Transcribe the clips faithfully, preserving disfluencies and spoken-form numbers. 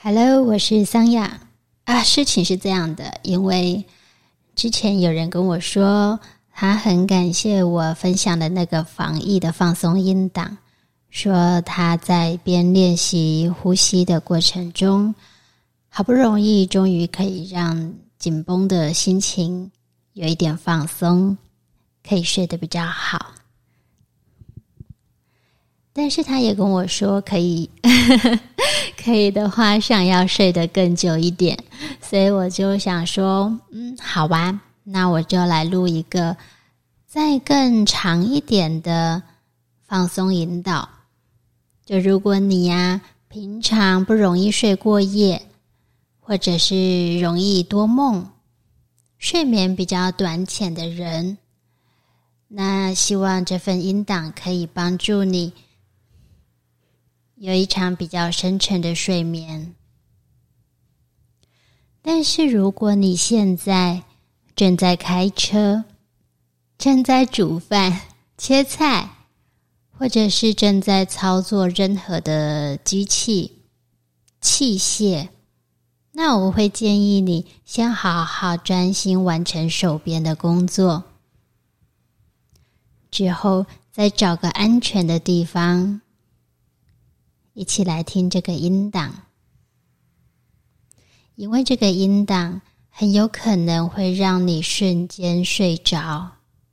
Hello， 我是桑雅啊。事情是这样的，因为之前有人跟我说，他很感谢我分享的那个防疫的放松音档，说他在边练习呼吸的过程中，好不容易终于可以让紧绷的心情有一点放松，可以睡得比较好。但是他也跟我说可以可以的话想要睡得更久一点，所以我就想说嗯，好吧，那我就来录一个再更长一点的放松引导。就如果你呀、啊、平常不容易睡过夜，或者是容易多梦，睡眠比较短浅的人，那希望这份音档可以帮助你有一场比较深沉的睡眠。但是如果你现在正在开车，正在煮饭、切菜，或者是正在操作任何的机器、器械，那我会建议你先好好专心完成手边的工作，之后再找个安全的地方一起来听这个音档，因为这个音档很有可能会让你瞬间睡着。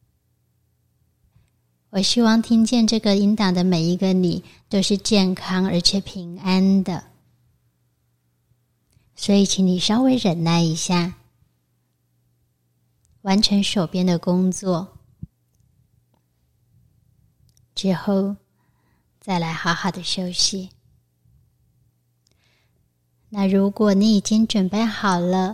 我希望听见这个音档的每一个你都是健康而且平安的，所以请你稍微忍耐一下，完成手边的工作，之后再来好好的休息。那如果你已经准备好了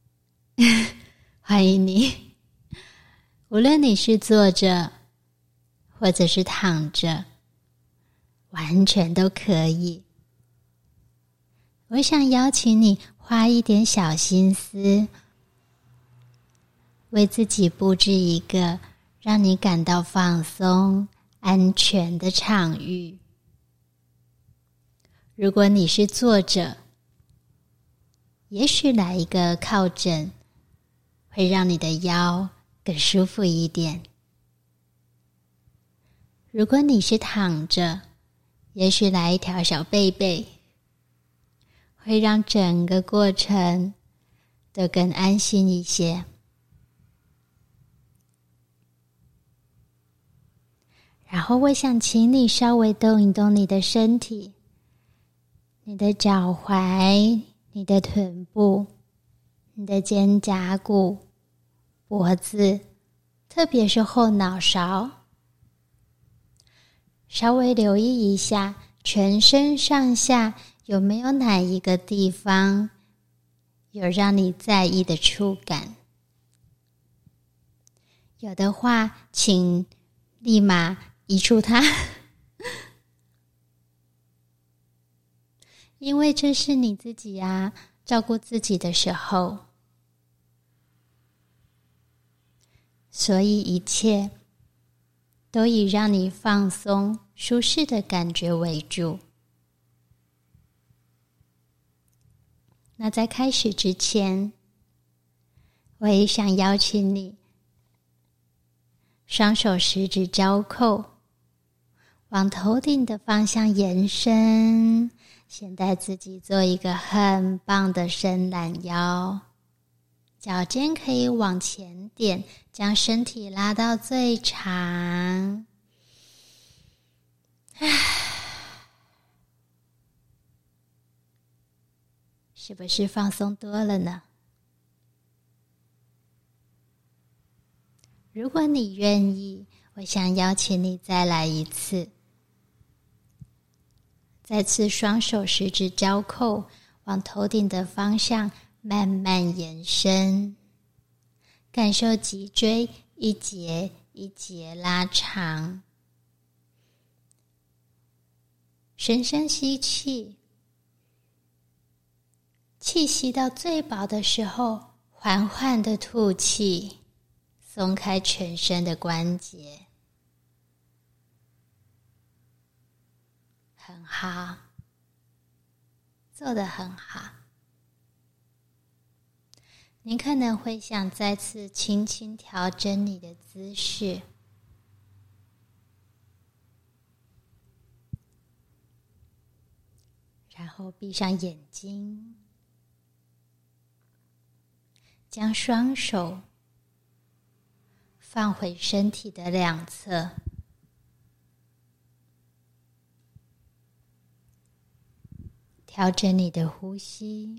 欢迎你，无论你是坐着或者是躺着，完全都可以。我想邀请你花一点小心思，为自己布置一个让你感到放松、安全的场域。如果你是坐着，也许来一个靠枕，会让你的腰更舒服一点。如果你是躺着，也许来一条小被被，会让整个过程都更安心一些。然后我想请你稍微动一动你的身体，你的脚踝，你的臀部，你的肩胛骨，脖子，特别是后脑勺，稍微留意一下全身上下有没有哪一个地方有让你在意的触感。有的话请立马移除它因为这是你自己啊照顾自己的时候，所以一切都以让你放松舒适的感觉为主。那在开始之前，我也想邀请你双手十指交扣，往头顶的方向延伸，先带自己做一个很棒的伸懒腰，脚尖可以往前点，将身体拉到最长。是不是放松多了呢？如果你愿意，我想邀请你再来一次。再次双手十指交扣，往头顶的方向慢慢延伸，感受脊椎一节一节拉长。深深吸气，气吸到最饱的时候，缓缓的吐气，松开全身的关节。很好， 做得很好。你可能会想再次轻轻调整你的姿势，然后闭上眼睛，将双手放回身体的两侧，调整你的呼吸，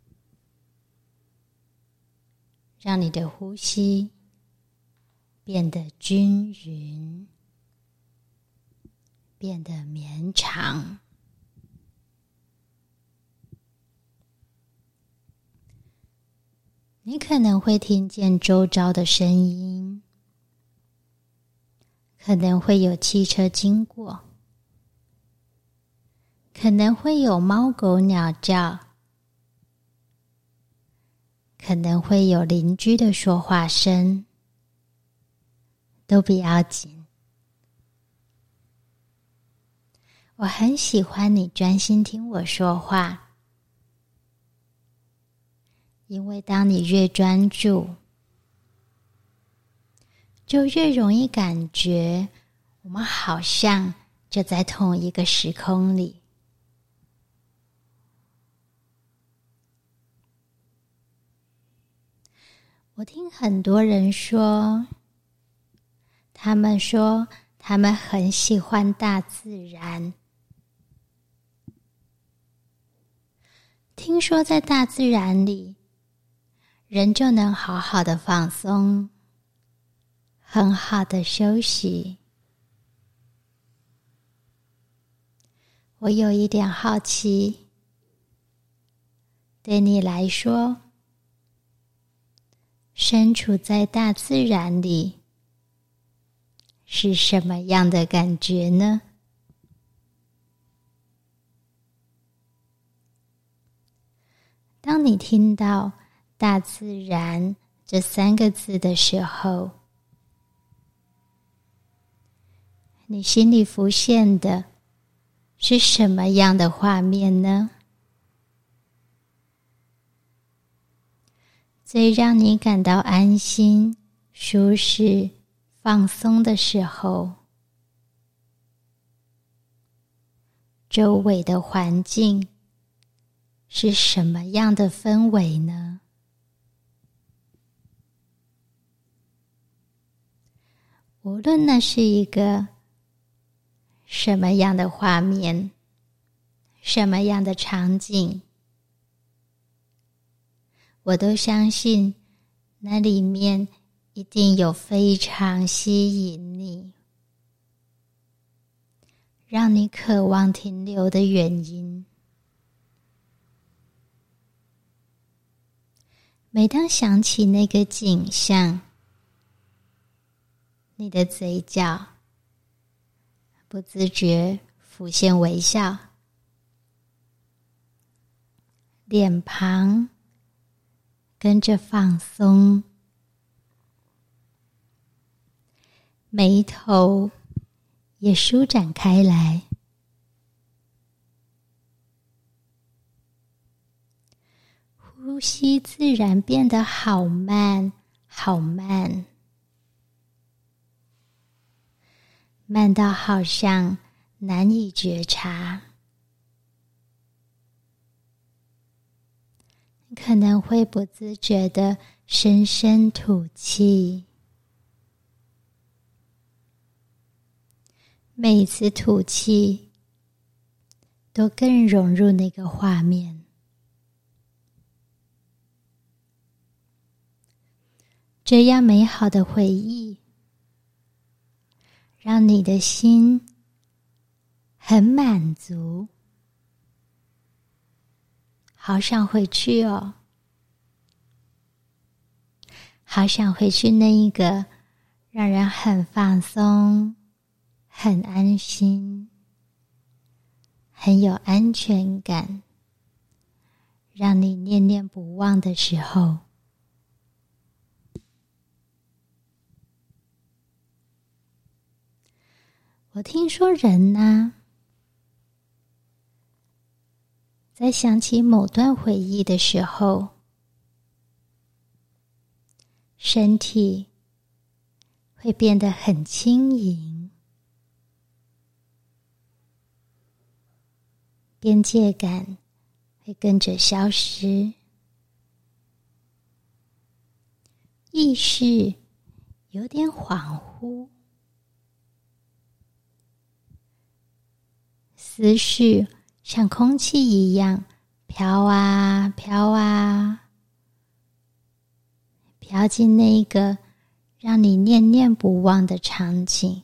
让你的呼吸变得均匀，变得绵长。你可能会听见周遭的声音，可能会有汽车经过，可能会有猫狗鸟叫，可能会有邻居的说话声，都不要紧。我很喜欢你专心听我说话，因为当你越专注，就越容易感觉我们好像就在同一个时空里。我听很多人说，他们说他们很喜欢大自然，听说在大自然里，人就能好好的放松，很好的休息。我有一点好奇，对你来说，身处在大自然里是什么样的感觉呢？当你听到大自然这三个字的时候，你心里浮现的是什么样的画面呢？最让你感到安心、舒适、放松的时候，周围的环境是什么样的氛围呢？无论那是一个什么样的画面，什么样的场景，我都相信那里面一定有非常吸引你，让你渴望停留的原因。每当想起那个景象，你的嘴角不自觉浮现微笑，脸庞跟着放松，眉头也舒展开来，呼吸自然变得好慢好慢，慢到好像难以觉察。可能会不自觉地深深吐气，每一次吐气都更融入那个画面。这样美好的回忆，让你的心很满足，好想回去哦，好想回去那一个让人很放松、很安心、很有安全感，让你念念不忘的时候。我听说人呢， 在想起某段回忆的时候，身体会变得很轻盈，边界感会跟着消失，意识有点恍惚，思绪像空气一样飘啊飘啊，飘进那个让你念念不忘的场景，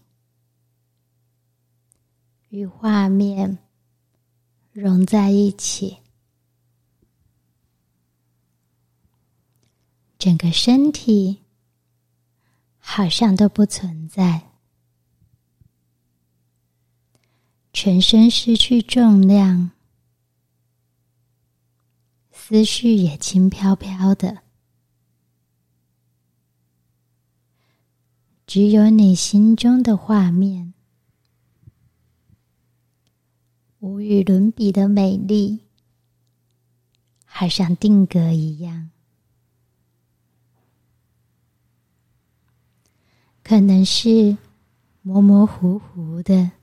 与画面融在一起，整个身体好像都不存在，全身失去重量，思绪也轻飘飘的，只有你心中的画面，无与伦比的美丽，好像定格一样。可能是模模糊糊的，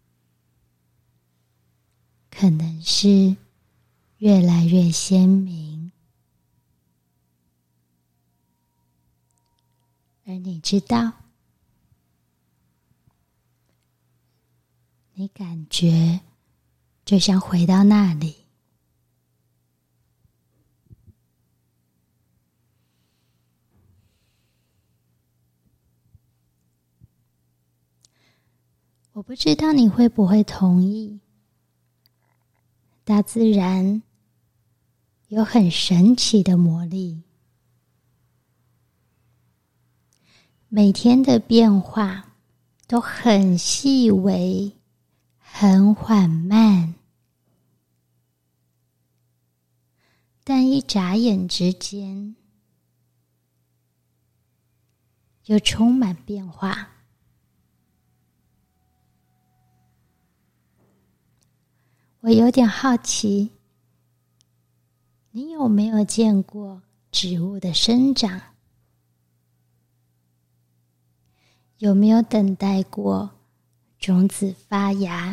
可能是越来越鲜明，而你知道，你感觉就像回到那里，我不知道你会不会同意，大自然有很神奇的魔力，每天的变化都很细微，很缓慢，但一眨眼之间又充满变化。我有点好奇，你有没有见过植物的生长？有没有等待过种子发芽？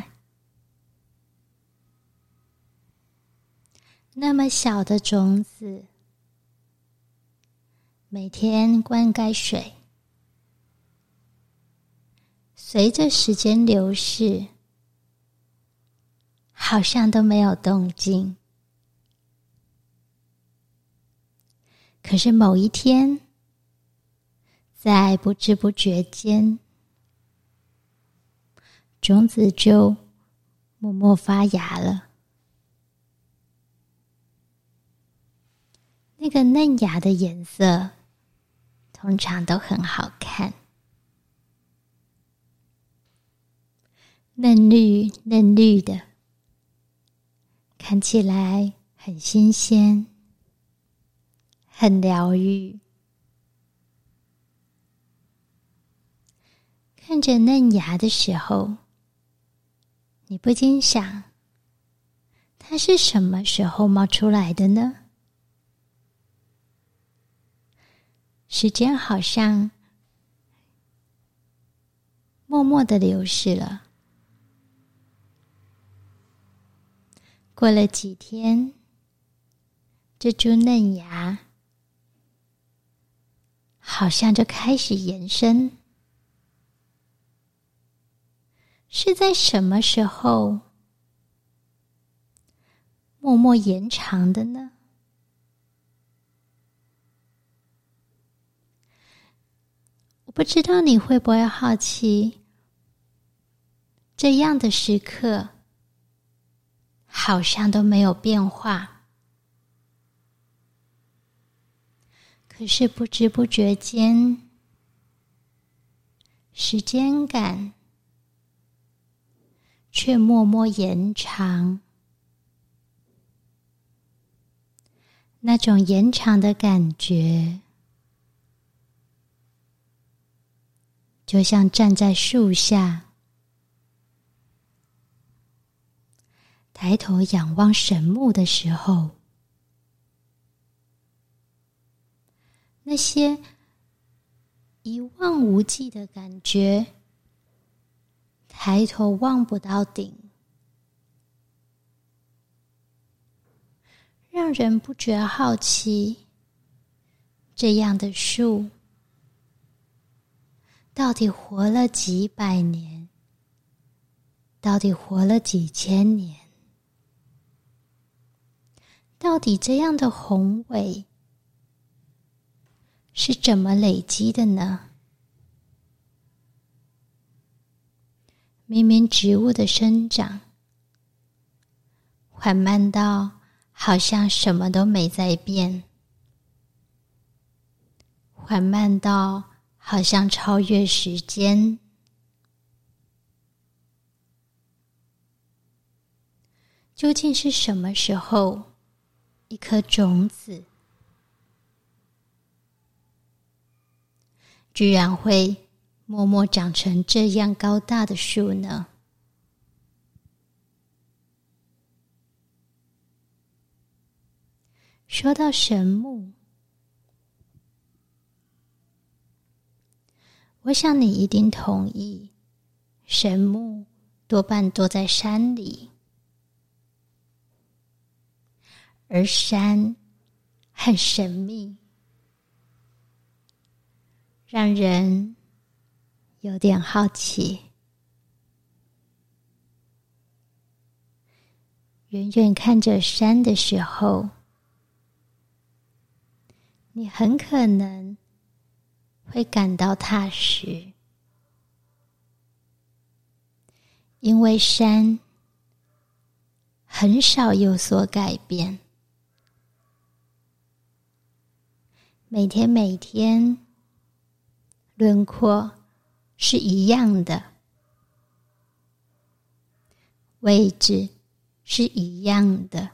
那么小的种子，每天灌溉水，随着时间流逝，好像都没有动静。可是某一天，在不知不觉间，种子就默默发芽了。那个嫩芽的颜色通常都很好看，嫩绿嫩绿的，看起来很新鲜，很疗愈。看着嫩芽的时候，你不禁想，它是什么时候冒出来的呢？时间好像默默地流逝了。过了几天，这株嫩芽好像就开始延伸。是在什么时候默默延长的呢？我不知道你会不会好奇，这样的时刻好像都没有变化，可是不知不觉间，时间感却默默延长。那种延长的感觉，就像站在树下， 抬头仰望神木的时候，那些一望无际的感觉，抬头望不到顶，让人不觉好奇，这样的树到底活了几百年，到底活了几千年，到底这样的宏伟是怎么累积的呢？明明植物的生长缓慢到好像什么都没在变，缓慢到好像超越时间，究竟是什么时候，一颗种子居然会默默长成这样高大的树呢？说到神木，我想你一定同意，神木多半多在山里，而山很神秘，让人有点好奇。远远看着山的时候，你很可能会感到踏实，因为山很少有所改变，每天每天轮廓是一样的，位置是一样的，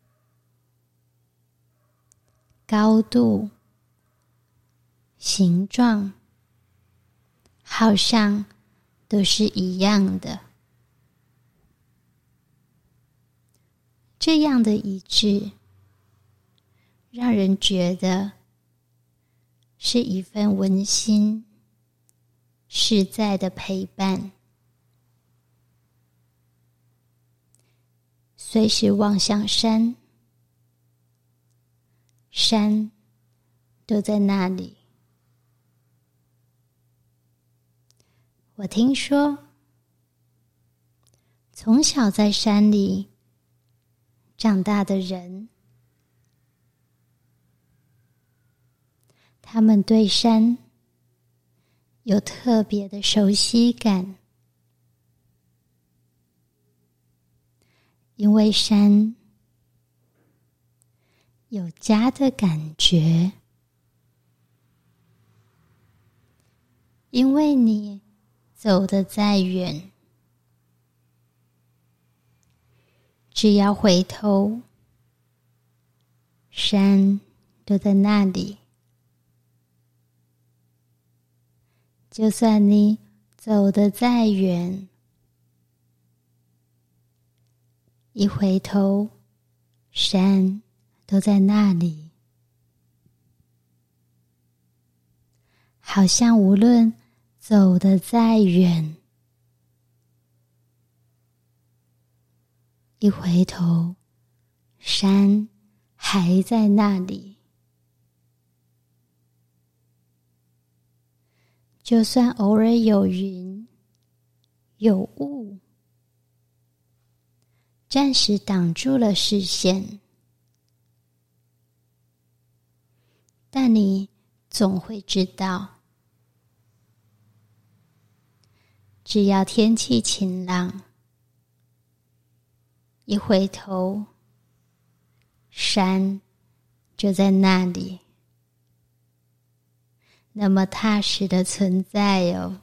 高度、形状好像都是一样的。这样的一致，让人觉得是一份温馨、实在的陪伴。随时望向山，山都在那里。我听说，从小在山里长大的人，他们对山有特别的熟悉感，因为山有家的感觉，因为你走得再远，只要回头，山都在那里。就算你走得再远，一回头，山都在那里。好像无论走得再远，一回头，山还在那里。就算偶尔有云、有雾，暂时挡住了视线，但你总会知道，只要天气晴朗，一回头，山就在那里，那么踏实的存在哦。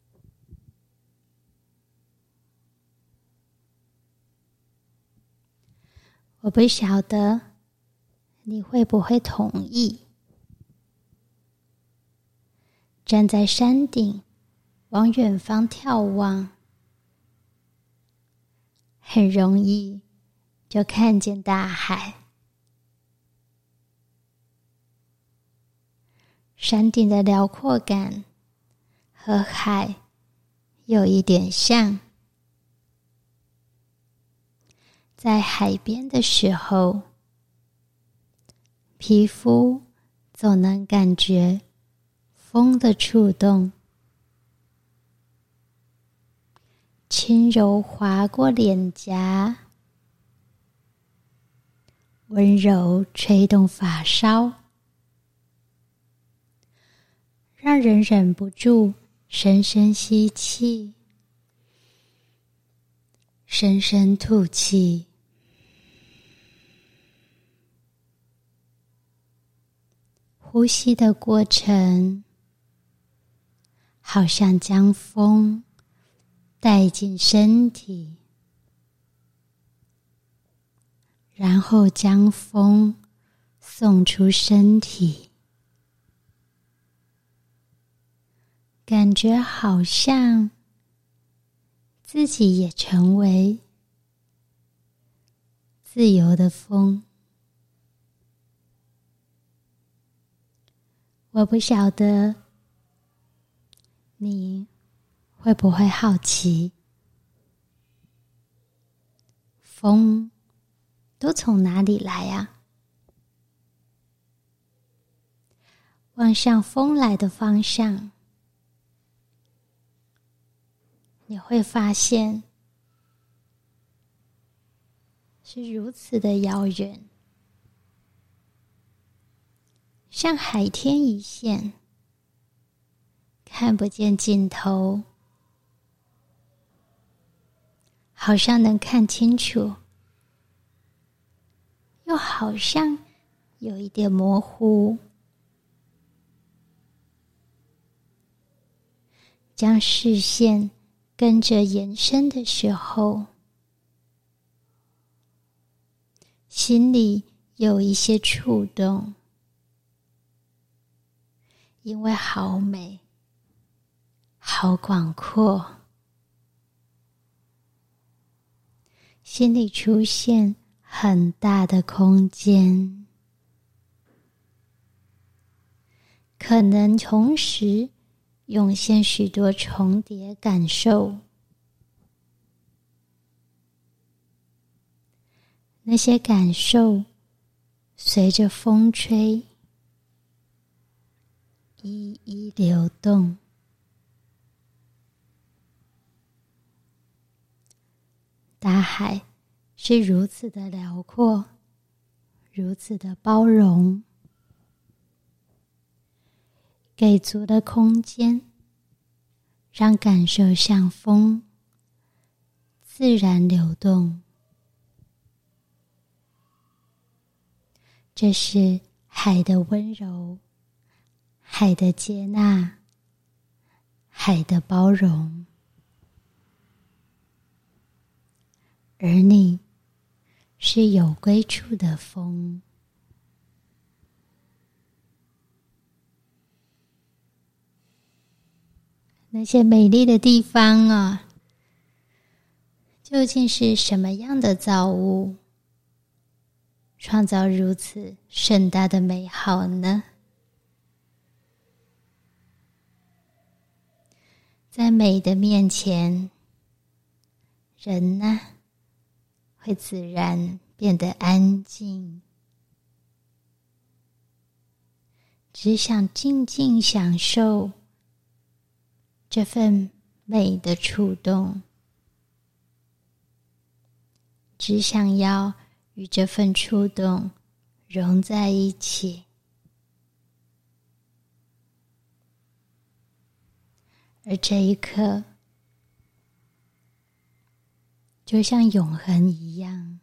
我不晓得你会不会同意，站在山顶往远方眺望，很容易就看见大海。山顶的辽阔感和海有一点像，在海边的时候，皮肤总能感觉风的触动，轻柔划过脸颊，温柔吹动发梢，让人忍不住深深吸气，深深吐气。呼吸的过程好像将风带进身体，然后将风送出身体，感觉好像自己也成为自由的风。我不晓得你会不会好奇，风都从哪里来啊？望向风来的方向，你会发现是如此的遥远，像海天一线，看不见尽头，好像能看清楚，又好像有一点模糊。将视线跟着延伸的时候，心里有一些触动，因为好美，好广阔，心里出现很大的空间，可能同时涌现许多重叠感受，那些感受随着风吹一一流动。大海是如此的辽阔，如此的包容，给足了空间，让感受像风自然流动。这是海的温柔，海的接纳，海的包容。而你是有归处的风。那些美丽的地方啊，究竟是什么样的造物创造如此盛大的美好呢？在美的面前，人呢，会自然变得安静，只想静静享受这份美的触动，只想要与这份触动融在一起。而这一刻，就像永恒一样，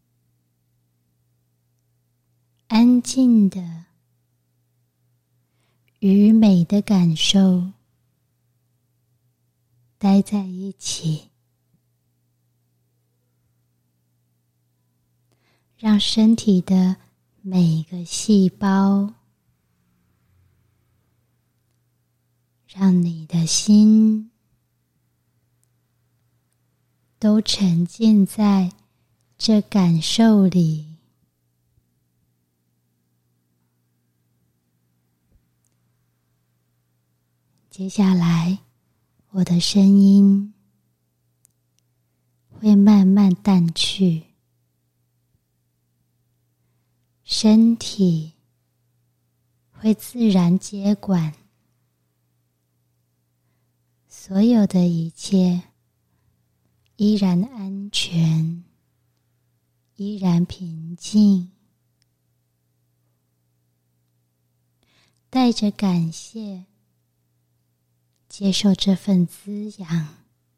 安静的与美的感受待在一起，让身体的每个细胞，让你的心都沉浸在这感受里，接下来我的声音会慢慢淡去，身体会自然接管，所有的一切依然安全，依然平静，带着感谢接受这份滋养，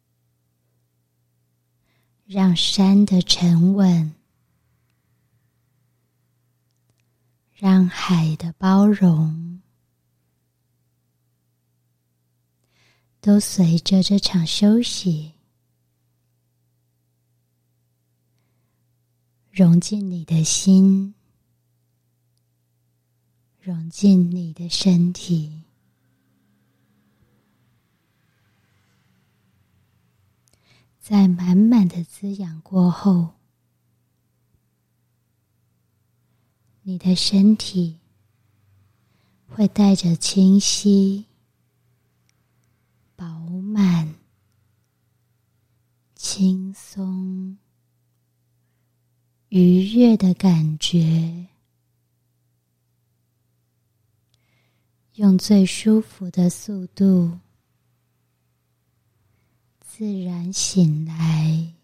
让山的沉稳，让海的包容，都随着这场休息融进你的心，融进你的身体。在满满的滋养过后，你的身体会带着清晰、饱满、轻松、愉悦的感觉，用最舒服的速度自然醒来。